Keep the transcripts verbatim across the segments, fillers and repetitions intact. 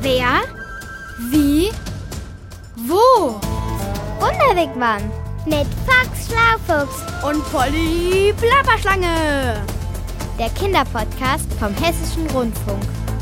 Wer? Wie? Wo? Wunderwigwam mit Fox Schlaufuchs und Polly Plapperschlange. Der Kinderpodcast vom Hessischen Rundfunk.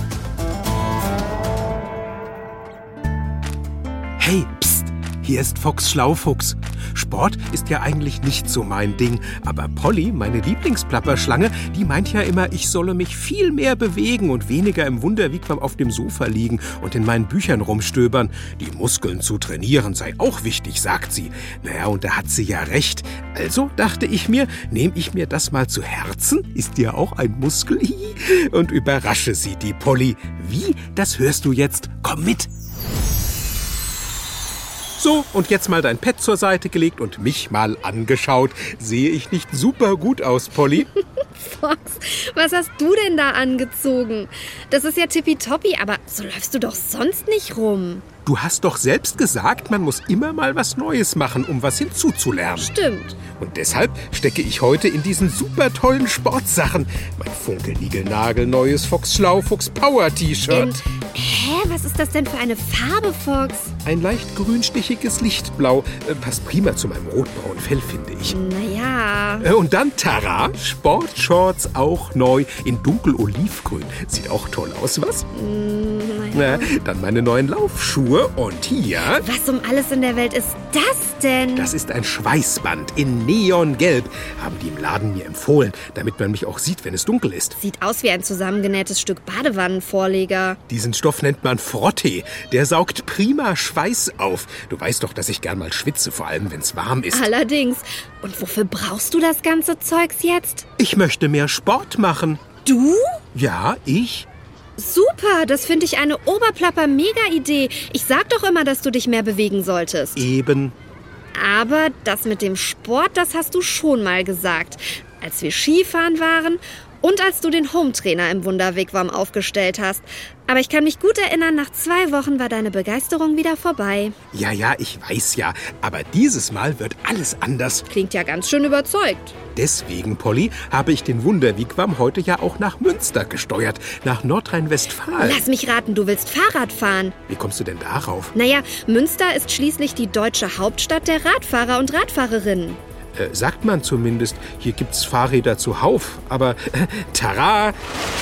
Hey, pst, hier ist Fox Schlaufuchs. Sport ist ja eigentlich nicht so mein Ding, aber Polly, meine Lieblingsplapperschlange, die meint ja immer, ich solle mich viel mehr bewegen und weniger im Wunderwigwam auf dem Sofa liegen und in meinen Büchern rumstöbern. Die Muskeln zu trainieren sei auch wichtig, sagt sie. Naja, und da hat sie ja recht. Also dachte ich mir, nehme ich mir das mal zu Herzen, ist ja auch ein Muskel, und überrasche sie, die Polly. Wie? Das hörst du jetzt. Komm mit! So, und jetzt mal dein Pad zur Seite gelegt und mich mal angeschaut. Sehe ich nicht super gut aus, Polly? Fox, was hast du denn da angezogen? Das ist ja tippitoppi, aber so läufst du doch sonst nicht rum. Du hast doch selbst gesagt, man muss immer mal was Neues machen, um was hinzuzulernen. Stimmt. Und deshalb stecke ich heute in diesen super tollen Sportsachen. Mein funkelnigelnagelneues Fox Schlaufuchs Power T-Shirt. Und, hä, was ist das denn für eine Farbe, Fox? Ein leicht grünstichiges Lichtblau. Äh, passt prima zu meinem rotbraunen Fell, finde ich. Naja. Äh, und dann, tada, Sportshorts auch neu in dunkel-olivgrün. Sieht auch toll aus, was? Mm, naja. Na, dann meine neuen Laufschuhe. Und hier... Was um alles in der Welt ist das denn? Das ist ein Schweißband in Neongelb. Haben die im Laden mir empfohlen, damit man mich auch sieht, wenn es dunkel ist. Sieht aus wie ein zusammengenähtes Stück Badewannenvorleger. Diesen Stoff nennt man Frottee. Der saugt prima Schweiß auf. Du weißt doch, dass ich gern mal schwitze, vor allem wenn es warm ist. Allerdings. Und wofür brauchst du das ganze Zeugs jetzt? Ich möchte mehr Sport machen. Du? Ja, ich. Super, das finde ich eine Oberplapper-Mega-Idee. Ich sag doch immer, dass du dich mehr bewegen solltest. Eben. Aber das mit dem Sport, das hast du schon mal gesagt. Als wir Skifahren waren und als du den Hometrainer im Wunderwigwam aufgestellt hast. Aber ich kann mich gut erinnern, nach zwei Wochen war deine Begeisterung wieder vorbei. Ja, ja, ich weiß ja. Aber dieses Mal wird alles anders. Klingt ja ganz schön überzeugt. Deswegen, Polly, habe ich den Wunderwigwam heute ja auch nach Münster gesteuert, nach Nordrhein-Westfalen. Lass mich raten, du willst Fahrrad fahren. Wie kommst du denn darauf? Naja, Münster ist schließlich die deutsche Hauptstadt der Radfahrer und Radfahrerinnen. Äh, sagt man zumindest, hier gibt's Fahrräder zuhauf. Aber, äh, tara!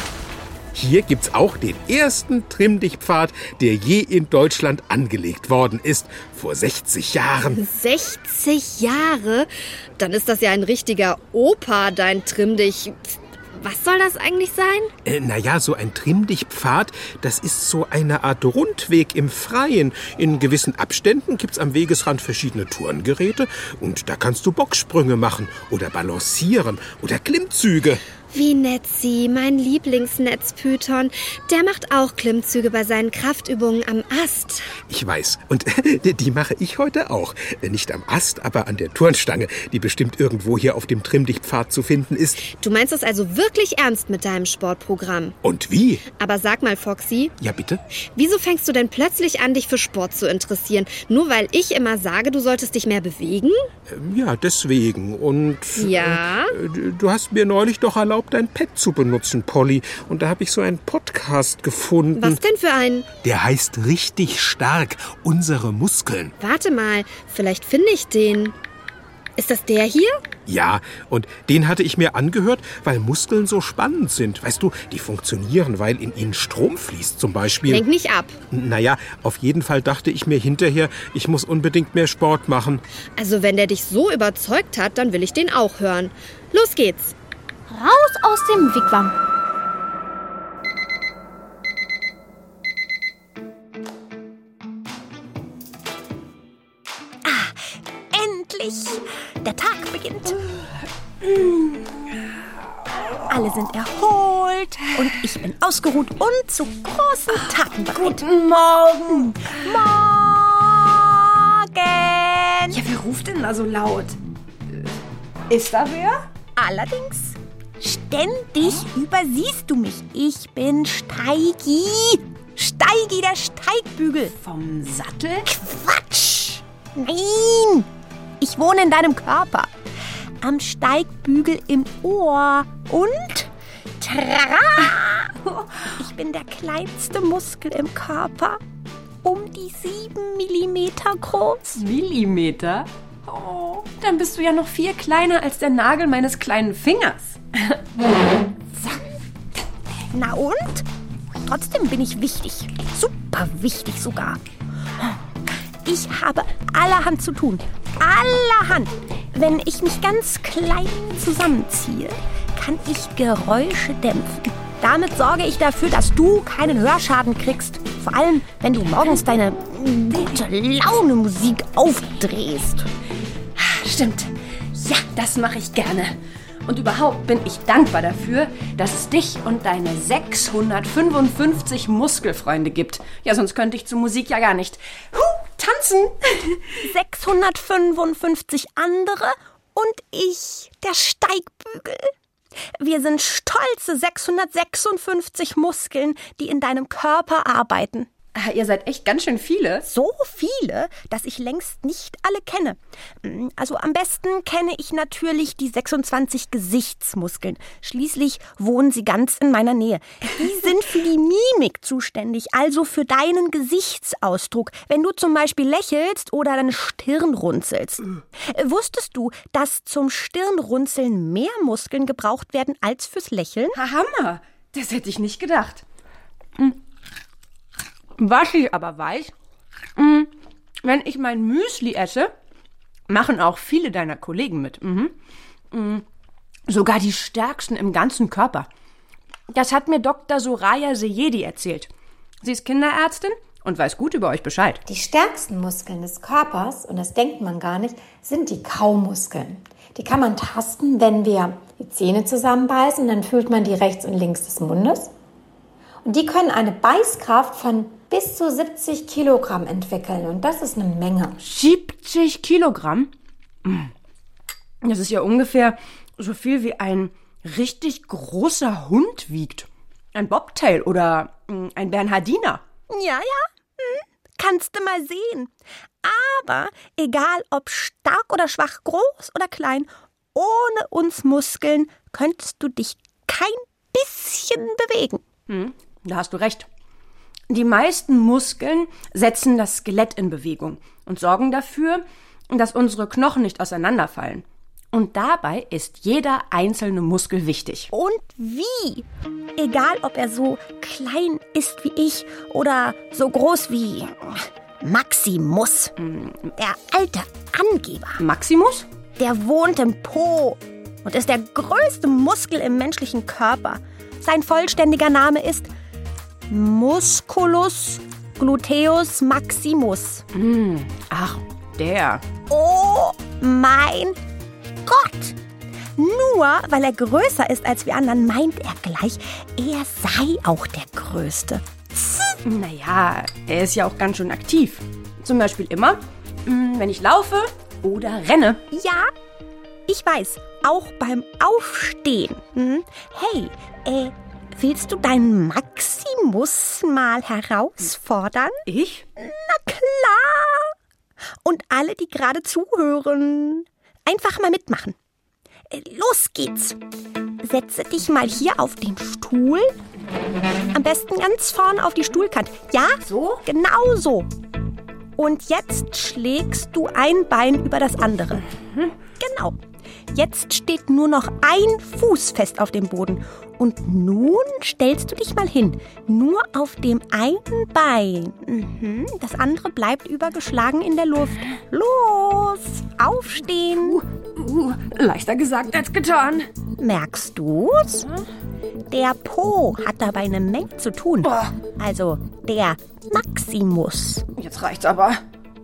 Hier gibt's auch den ersten Trimm-Dich-Pfad, der je in Deutschland angelegt worden ist. Vor sechzig Jahren. sechzig Jahre? Dann ist das ja ein richtiger Opa, dein Trimm-Dich... Was soll das eigentlich sein? Äh, naja, so ein Trimm-Dich-Pfad, das ist so eine Art Rundweg im Freien. In gewissen Abständen gibt's am Wegesrand verschiedene Turngeräte und da kannst du Boxsprünge machen oder balancieren oder Klimmzüge. Wie nett sie, mein Lieblingsnetzpython. Der macht auch Klimmzüge bei seinen Kraftübungen am Ast. Ich weiß. Und die mache ich heute auch. Nicht am Ast, aber an der Turnstange, die bestimmt irgendwo hier auf dem Trimm-Dich-Pfad zu finden ist. Du meinst es also wirklich ernst mit deinem Sportprogramm? Und wie? Aber sag mal, Foxy. Ja, bitte? Wieso fängst du denn plötzlich an, dich für Sport zu interessieren? Nur weil ich immer sage, du solltest dich mehr bewegen? Ja, deswegen. Und ja? Äh, du hast mir neulich doch erlaubt, dein Pad zu benutzen, Polly. Und da habe ich so einen Podcast gefunden. Was denn für einen? Der heißt Richtig stark. Unsere Muskeln. Warte mal, vielleicht finde ich den. Ist das der hier? Ja, und den hatte ich mir angehört, weil Muskeln so spannend sind. Weißt du, die funktionieren, weil in ihnen Strom fließt zum Beispiel. Lenk nicht ab. Naja, auf jeden Fall dachte ich mir hinterher, ich muss unbedingt mehr Sport machen. Also wenn der dich so überzeugt hat, dann will ich den auch hören. Los geht's. Raus aus dem Wigwam. Ah, endlich! Der Tag beginnt. Alle sind erholt und ich bin ausgeruht und zu großen Taten bereit. Guten Morgen! Morgen! Ja, wer ruft denn da so laut? Ist da wer? Allerdings, ständig übersiehst du mich. Ich bin Steigi. Steigi, der Steigbügel. Vom Sattel? Quatsch! Nein! Ich wohne in deinem Körper. Am Steigbügel im Ohr. Und? Trara! Ich bin der kleinste Muskel im Körper. Um die sieben Millimeter groß. Millimeter? Oh, dann bist du ja noch viel kleiner als der Nagel meines kleinen Fingers. Na und? Trotzdem bin ich wichtig. Super wichtig sogar. Ich habe allerhand zu tun. Allerhand. Wenn ich mich ganz klein zusammenziehe, kann ich Geräusche dämpfen. Damit sorge ich dafür, dass du keinen Hörschaden kriegst. Vor allem, wenn du morgens deine gute Laune-Musik aufdrehst. Stimmt. Ja, das mache ich gerne. Und überhaupt bin ich dankbar dafür, dass es dich und deine sechshundertfünfundfünfzig Muskelfreunde gibt. Ja, sonst könnte ich zur Musik ja gar nicht huh, tanzen. sechshundertfünfundfünfzig andere und ich, der Steigbügel. Wir sind stolze sechshundertsechsundfünfzig Muskeln, die in deinem Körper arbeiten. Ihr seid echt ganz schön viele. So viele, dass ich längst nicht alle kenne. Also am besten kenne ich natürlich die sechsundzwanzig Gesichtsmuskeln. Schließlich wohnen sie ganz in meiner Nähe. Die sind für die Mimik zuständig, also für deinen Gesichtsausdruck, wenn du zum Beispiel lächelst oder deine Stirn runzelst. Äh. Wusstest du, dass zum Stirnrunzeln mehr Muskeln gebraucht werden als fürs Lächeln? Hammer, das hätte ich nicht gedacht. Hm. Was ich aber weiß, mh, wenn ich mein Müsli esse, machen auch viele deiner Kollegen mit. Mhm. Mhm. Sogar die stärksten im ganzen Körper. Das hat mir Doktor Soraya Seyedi erzählt. Sie ist Kinderärztin und weiß gut über euch Bescheid. Die stärksten Muskeln des Körpers, und das denkt man gar nicht, sind die Kaumuskeln. Die kann man tasten, wenn wir die Zähne zusammenbeißen, dann fühlt man die rechts und links des Mundes. Und die können eine Beißkraft von bis zu siebzig Kilogramm entwickeln. Und das ist eine Menge. siebzig Kilogramm? Das ist ja ungefähr so viel wie ein richtig großer Hund wiegt. Ein Bobtail oder ein Bernhardiner. Ja, ja. Hm. Kannst du mal sehen. Aber egal ob stark oder schwach, groß oder klein, ohne uns Muskeln könntest du dich kein bisschen bewegen. Hm, da hast du recht. Die meisten Muskeln setzen das Skelett in Bewegung und sorgen dafür, dass unsere Knochen nicht auseinanderfallen. Und dabei ist jeder einzelne Muskel wichtig. Und wie? Egal, ob er so klein ist wie ich oder so groß wie Maximus, der alte Angeber. Maximus? Der wohnt im Po und ist der größte Muskel im menschlichen Körper. Sein vollständiger Name ist Musculus gluteus maximus. Mm, ach, der. Oh mein Gott! Nur weil er größer ist als wir anderen, meint er gleich, er sei auch der Größte. Naja, er ist ja auch ganz schön aktiv. Zum Beispiel immer, wenn ich laufe oder renne. Ja, ich weiß, auch beim Aufstehen. Hm? Hey, äh, willst du deinen Maximus mal herausfordern? Ich? Na klar! Und alle, die gerade zuhören, einfach mal mitmachen. Los geht's. Setze dich mal hier auf den Stuhl. Am besten ganz vorne auf die Stuhlkante. Ja? So? Genau so. Und jetzt schlägst du ein Bein über das andere. Mhm. Genau. Jetzt steht nur noch ein Fuß fest auf dem Boden. Und nun stellst du dich mal hin. Nur auf dem einen Bein. Mhm. Das andere bleibt übergeschlagen in der Luft. Los, aufstehen. Uh, uh, leichter gesagt als getan. Merkst du's? Der Po hat dabei eine Menge zu tun. Oh. Also der Maximus. Jetzt reicht's aber.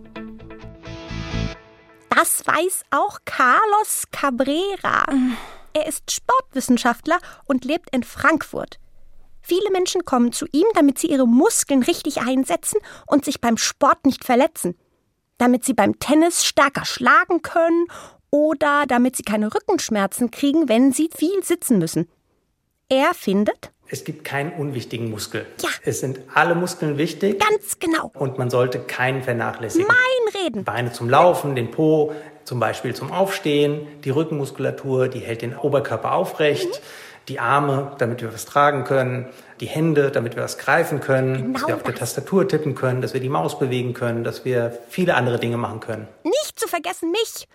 Das weiß auch Carlos Cabrera. Er ist Sportwissenschaftler und lebt in Frankfurt. Viele Menschen kommen zu ihm, damit sie ihre Muskeln richtig einsetzen und sich beim Sport nicht verletzen. Damit sie beim Tennis stärker schlagen können oder damit sie keine Rückenschmerzen kriegen, wenn sie viel sitzen müssen. Er findet: Es gibt keinen unwichtigen Muskel. Ja. Es sind alle Muskeln wichtig. Ganz genau. Und man sollte keinen vernachlässigen. Mein Reden. Beine zum Laufen, den Po, zum Beispiel zum Aufstehen, die Rückenmuskulatur, die hält den Oberkörper aufrecht. Die Arme, damit wir was tragen können. Die Hände, damit wir was greifen können. Genau dass wir auf das. der Tastatur tippen können, dass wir die Maus bewegen können, dass wir viele andere Dinge machen können. Nicht zu vergessen mich.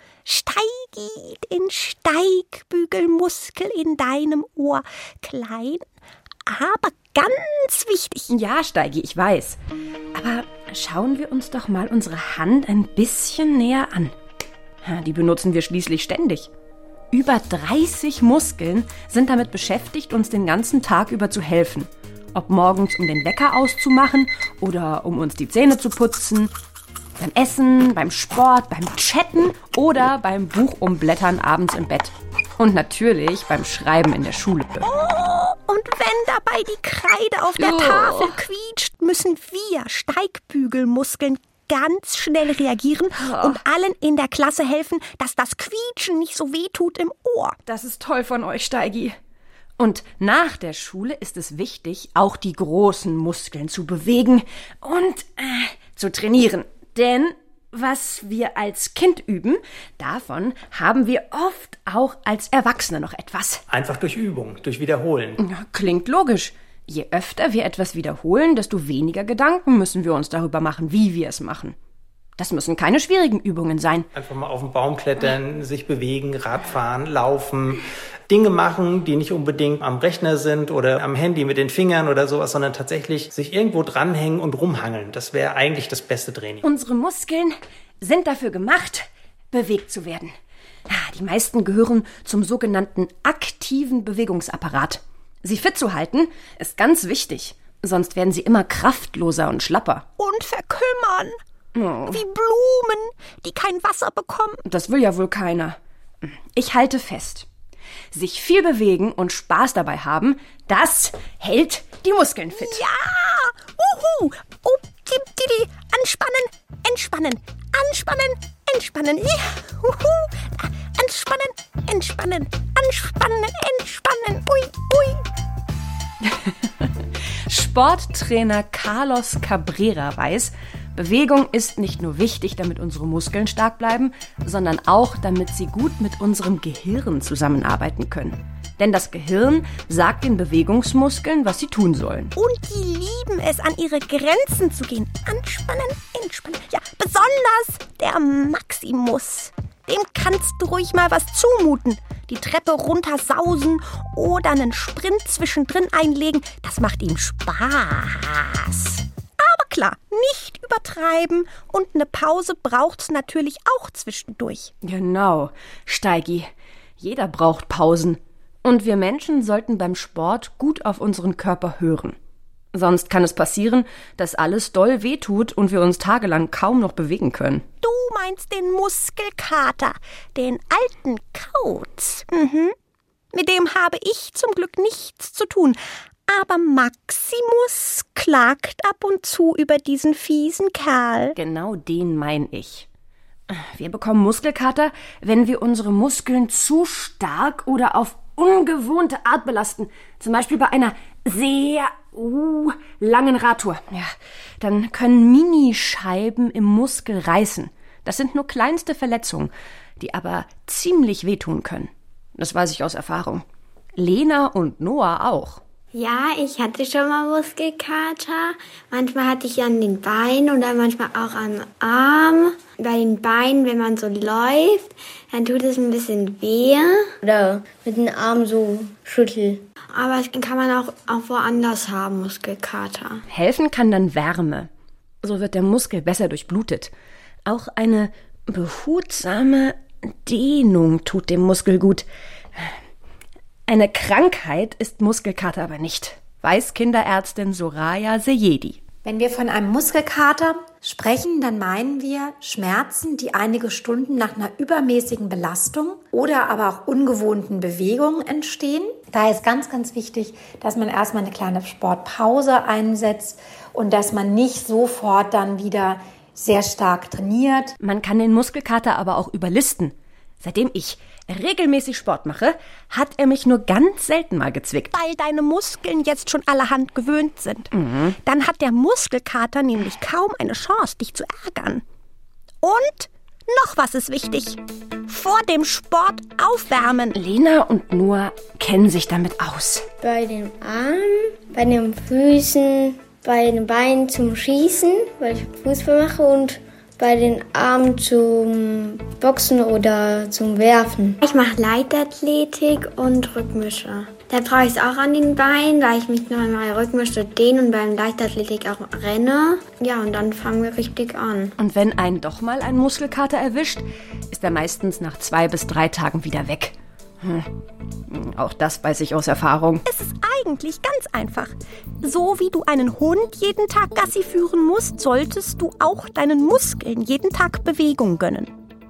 Steigi, den Steigbügelmuskel in deinem Ohr. Klein, aber ganz wichtig. Ja, Steigi, ich weiß. Aber schauen wir uns doch mal unsere Hand ein bisschen näher an. Ja, die benutzen wir schließlich ständig. Über dreißig Muskeln sind damit beschäftigt, uns den ganzen Tag über zu helfen. Ob morgens, um den Wecker auszumachen oder um uns die Zähne zu putzen. Beim Essen, beim Sport, beim Chatten oder beim Buchumblättern abends im Bett. Und natürlich beim Schreiben in der Schule. Oh, und wenn dabei die Kreide auf der Oh. Tafel quietscht, müssen wir Steigbügelmuskeln ganz schnell reagieren und allen in der Klasse helfen, dass das Quietschen nicht so weh tut im Ohr. Das ist toll von euch, Steigi. Und nach der Schule ist es wichtig, auch die großen Muskeln zu bewegen und äh, zu trainieren. Denn was wir als Kind üben, davon haben wir oft auch als Erwachsene noch etwas. Einfach durch Übung, durch Wiederholen. Ja, klingt logisch. Je öfter wir etwas wiederholen, desto weniger Gedanken müssen wir uns darüber machen, wie wir es machen. Das müssen keine schwierigen Übungen sein. Einfach mal auf den Baum klettern, sich bewegen, Radfahren, laufen, Dinge machen, die nicht unbedingt am Rechner sind oder am Handy mit den Fingern oder sowas, sondern tatsächlich sich irgendwo dranhängen und rumhangeln. Das wäre eigentlich das beste Training. Unsere Muskeln sind dafür gemacht, bewegt zu werden. Ja, die meisten gehören zum sogenannten aktiven Bewegungsapparat. Sie fit zu halten, ist ganz wichtig. Sonst werden sie immer kraftloser und schlapper. Und verkümmern. Oh. Wie Blumen, die kein Wasser bekommen. Das will ja wohl keiner. Ich halte fest. Sich viel bewegen und Spaß dabei haben, das hält die Muskeln fit. Ja! Uhu! Oh, die, die, die. Anspannen, entspannen, anspannen, entspannen. Ja, uhu. Anspannen, entspannen, anspannen, entspannen. Ui, ui. Sporttrainer Carlos Cabrera weiß, Bewegung ist nicht nur wichtig, damit unsere Muskeln stark bleiben, sondern auch, damit sie gut mit unserem Gehirn zusammenarbeiten können. Denn das Gehirn sagt den Bewegungsmuskeln, was sie tun sollen. Und die lieben es, an ihre Grenzen zu gehen. Anspannen, entspannen. Ja, besonders der Maximus. Dem kannst du ruhig mal was zumuten. Die Treppe runtersausen oder einen Sprint zwischendrin einlegen. Das macht ihm Spaß. Aber klar, nicht übertreiben. Und eine Pause braucht's natürlich auch zwischendurch. Genau, Steigi. Jeder braucht Pausen. Und wir Menschen sollten beim Sport gut auf unseren Körper hören. Sonst kann es passieren, dass alles doll wehtut und wir uns tagelang kaum noch bewegen können. Du meinst den Muskelkater, den alten Kauz. Mhm. Mit dem habe ich zum Glück nichts zu tun. Aber Maximus klagt ab und zu über diesen fiesen Kerl. Genau den mein ich. Wir bekommen Muskelkater, wenn wir unsere Muskeln zu stark oder auf ungewohnte Art belasten. Zum Beispiel bei einer sehr uh, langen Radtour. Ja, dann können Minischeiben im Muskel reißen. Das sind nur kleinste Verletzungen, die aber ziemlich wehtun können. Das weiß ich aus Erfahrung. Lena und Noah auch. Ja, ich hatte schon mal Muskelkater. Manchmal hatte ich an den Beinen oder manchmal auch am Arm. Bei den Beinen, wenn man so läuft, dann tut es ein bisschen weh. Oder mit den Armen so schütteln. Aber es kann man auch, auch woanders haben, Muskelkater. Helfen kann dann Wärme. So wird der Muskel besser durchblutet. Auch eine behutsame Dehnung tut dem Muskel gut. Eine Krankheit ist Muskelkater aber nicht, weiß Kinderärztin Soraya Seyedi. Wenn wir von einem Muskelkater sprechen, dann meinen wir Schmerzen, die einige Stunden nach einer übermäßigen Belastung oder aber auch ungewohnten Bewegungen entstehen. Daher ist ganz, ganz wichtig, dass man erstmal eine kleine Sportpause einsetzt und dass man nicht sofort dann wieder sehr stark trainiert. Man kann den Muskelkater aber auch überlisten. Seitdem ich regelmäßig Sport mache, hat er mich nur ganz selten mal gezwickt. Weil deine Muskeln jetzt schon allerhand gewöhnt sind. Mhm. Dann hat der Muskelkater nämlich kaum eine Chance, dich zu ärgern. Und noch was ist wichtig. vor dem Sport aufwärmen. Lena und Noah kennen sich damit aus. Bei den Armen, bei den Füßen, bei den Beinen zum Schießen, weil ich Fußball mache, und bei den Armen zum Boxen oder zum Werfen. Ich mache Leichtathletik und Rückmische. Da brauche ich es auch an den Beinen, weil ich mich noch einmal Rückmische dehne und beim Leichtathletik auch renne. Ja, und dann fangen wir richtig an. Und wenn einen doch mal ein Muskelkater erwischt, ist er meistens nach zwei bis drei Tagen wieder weg. Hm. Auch das weiß ich aus Erfahrung. Es ist eigentlich ganz einfach. So wie du einen Hund jeden Tag Gassi führen musst, solltest du auch deinen Muskeln jeden Tag Bewegung gönnen.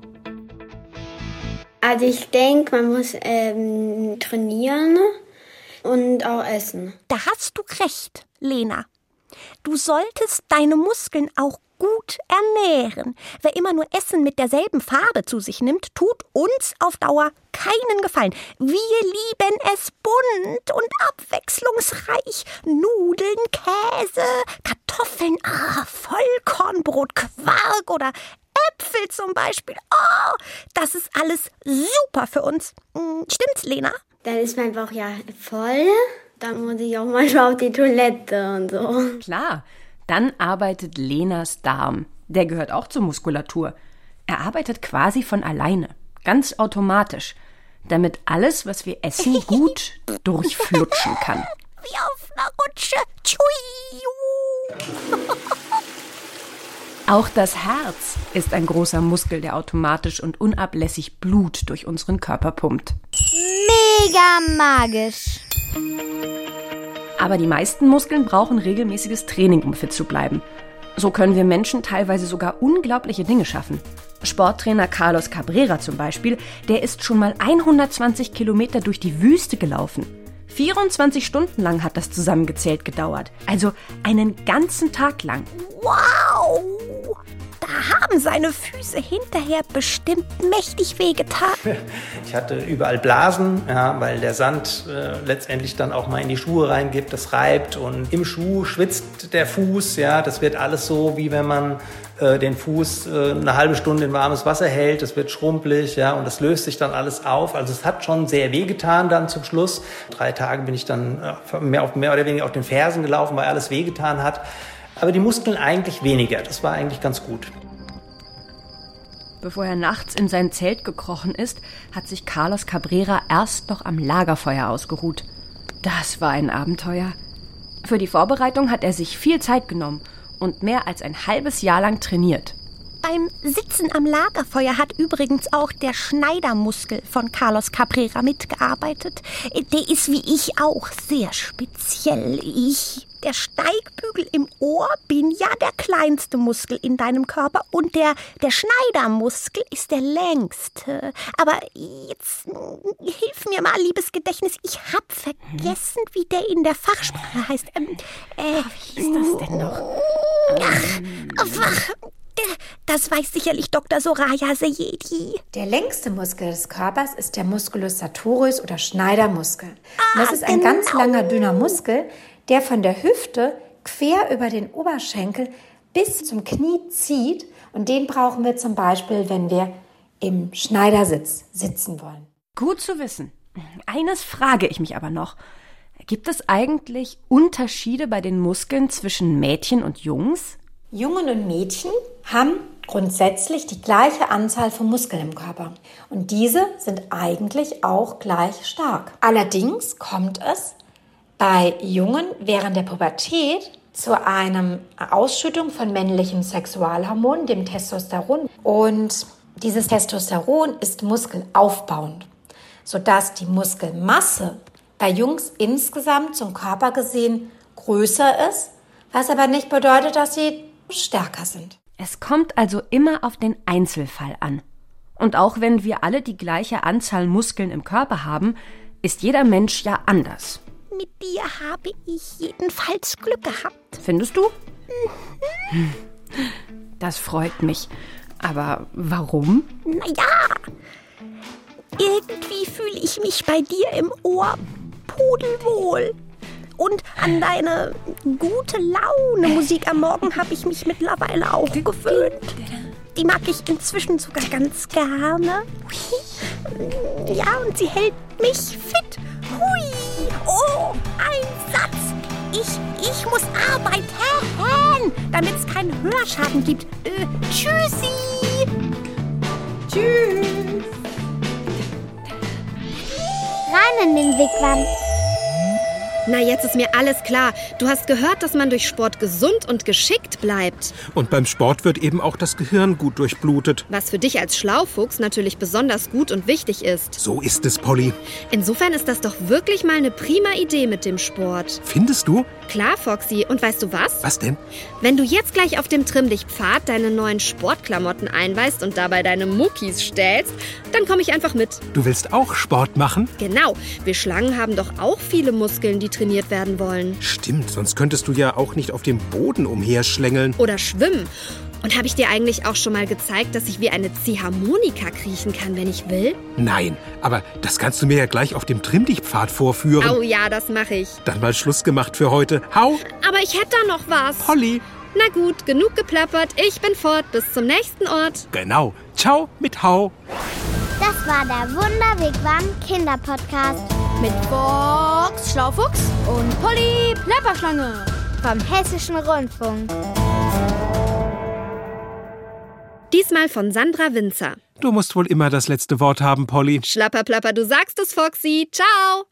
Also ich denke, man muss ähm, trainieren und auch essen. Da hast du recht, Lena. Du solltest deine Muskeln auch gut ernähren. Wer immer nur Essen mit derselben Farbe zu sich nimmt, tut uns auf Dauer keinen Gefallen. Wir lieben es bunt und abwechslungsreich. Nudeln, Käse, Kartoffeln, ah, Vollkornbrot, Quark oder Äpfel zum Beispiel. Oh, das ist alles super für uns. Stimmt's, Lena? Dann ist mein Bauch ja voll. Dann muss ich auch manchmal auf die Toilette und so. Klar. Dann arbeitet Lenas Darm. Der gehört auch zur Muskulatur. Er arbeitet quasi von alleine, ganz automatisch, damit alles, was wir essen, gut durchflutschen kann. Wie auf einer Rutsche. Tschuiu. Auch das Herz ist ein großer Muskel, der automatisch und unablässig Blut durch unseren Körper pumpt. Mega magisch. Aber die meisten Muskeln brauchen regelmäßiges Training, um fit zu bleiben. So können wir Menschen teilweise sogar unglaubliche Dinge schaffen. Sporttrainer Carlos Cabrera zum Beispiel, der ist schon mal hundertzwanzig Kilometer durch die Wüste gelaufen. vierundzwanzig Stunden lang hat das zusammengezählt gedauert. Also einen ganzen Tag lang. Wow! Da haben seine Füße hinterher bestimmt mächtig wehgetan. Ich hatte überall Blasen, ja, weil der Sand äh, letztendlich dann auch mal in die Schuhe reingibt, das reibt, und im Schuh schwitzt der Fuß. Ja, das wird alles so, wie wenn man äh, den Fuß äh, eine halbe Stunde in warmes Wasser hält. Das wird schrumpelig, ja, und das löst sich dann alles auf. Also es hat schon sehr wehgetan dann zum Schluss. Drei Tage bin ich dann äh, mehr, auf, mehr oder weniger auf den Fersen gelaufen, weil alles wehgetan hat. Aber die Muskeln eigentlich weniger. Das war eigentlich ganz gut. Bevor er nachts in sein Zelt gekrochen ist, hat sich Carlos Cabrera erst noch am Lagerfeuer ausgeruht. Das war ein Abenteuer. Für die Vorbereitung hat er sich viel Zeit genommen und mehr als ein halbes Jahr lang trainiert. Beim Sitzen am Lagerfeuer hat übrigens auch der Schneidermuskel von Carlos Cabrera mitgearbeitet. Der ist wie ich auch sehr speziell. Ich, der Steigbügel im Ohr, bin ja der kleinste Muskel in deinem Körper und der, der Schneidermuskel ist der längste. Aber jetzt hilf mir mal, liebes Gedächtnis, ich hab vergessen, wie der in der Fachsprache heißt. Ähm, äh, wie ist das denn noch? Ach, Fach... Das weiß sicherlich Doktor Soraya Seyedi. Der längste Muskel des Körpers ist der Musculus sartorius oder Schneidermuskel. Ah, das ist ein genau. ganz langer, dünner Muskel, der von der Hüfte quer über den Oberschenkel bis zum Knie zieht. Und den brauchen wir zum Beispiel, wenn wir im Schneidersitz sitzen wollen. Gut zu wissen. Eines frage ich mich aber noch. Gibt es eigentlich Unterschiede bei den Muskeln zwischen Mädchen und Jungs? Jungen und Mädchen haben grundsätzlich die gleiche Anzahl von Muskeln im Körper. Und diese sind eigentlich auch gleich stark. Allerdings kommt es bei Jungen während der Pubertät zu einer Ausschüttung von männlichem Sexualhormon, dem Testosteron. Und dieses Testosteron ist muskelaufbauend, sodass die Muskelmasse bei Jungs insgesamt zum Körper gesehen größer ist, was aber nicht bedeutet, dass sie stärker sind. Es kommt also immer auf den Einzelfall an. Und auch wenn wir alle die gleiche Anzahl Muskeln im Körper haben, ist jeder Mensch ja anders. Mit dir habe ich jedenfalls Glück gehabt. Findest du? Mhm. Das freut mich. Aber warum? Naja, irgendwie fühle ich mich bei dir im Ohr pudelwohl. Und an deine gute Laune Musik am Morgen habe ich mich mittlerweile auch gewöhnt. Die mag ich inzwischen sogar ganz gerne. Ja, und sie hält mich fit. Hui. Oh, ein Satz. Ich, ich muss arbeiten, damit es keinen Hörschaden gibt. Äh, tschüssi. Tschüss. Rein in den Wigwam. Na, jetzt ist mir alles klar. Du hast gehört, dass man durch Sport gesund und geschickt bleibt. Und beim Sport wird eben auch das Gehirn gut durchblutet. Was für dich als Schlaufuchs natürlich besonders gut und wichtig ist. So ist es, Polly. Insofern ist das doch wirklich mal eine prima Idee mit dem Sport. Findest du? Klar, Foxy. Und weißt du was? Was denn? Wenn du jetzt gleich auf dem Trimm-dich-Pfad deine neuen Sportklamotten einweist und dabei deine Muckis stellst, dann komme ich einfach mit. Du willst auch Sport machen? Genau. Wir Schlangen haben doch auch viele Muskeln, die trainiert werden wollen. Stimmt, sonst könntest du ja auch nicht auf dem Boden umherschlängeln. Oder schwimmen. Und habe ich dir eigentlich auch schon mal gezeigt, dass ich wie eine Ziehharmonika kriechen kann, wenn ich will? Nein, aber das kannst du mir ja gleich auf dem Trimm-dich-Pfad vorführen. Oh ja, das mache ich. Dann mal Schluss gemacht für heute. Hau! Aber ich hätte da noch was. Polly! Na gut, genug geplappert. Ich bin fort. Bis zum nächsten Ort. Genau. Ciao mit Hau. Das war der Wunder-Wigwam Kinderpodcast Mit Fox Schlaufuchs und Polly Plapperschlange. vom Hessischen Rundfunk. Diesmal von Sandra Winzer. Du musst wohl immer das letzte Wort haben, Polly. Schlapperplapper, du sagst es, Foxy. Ciao.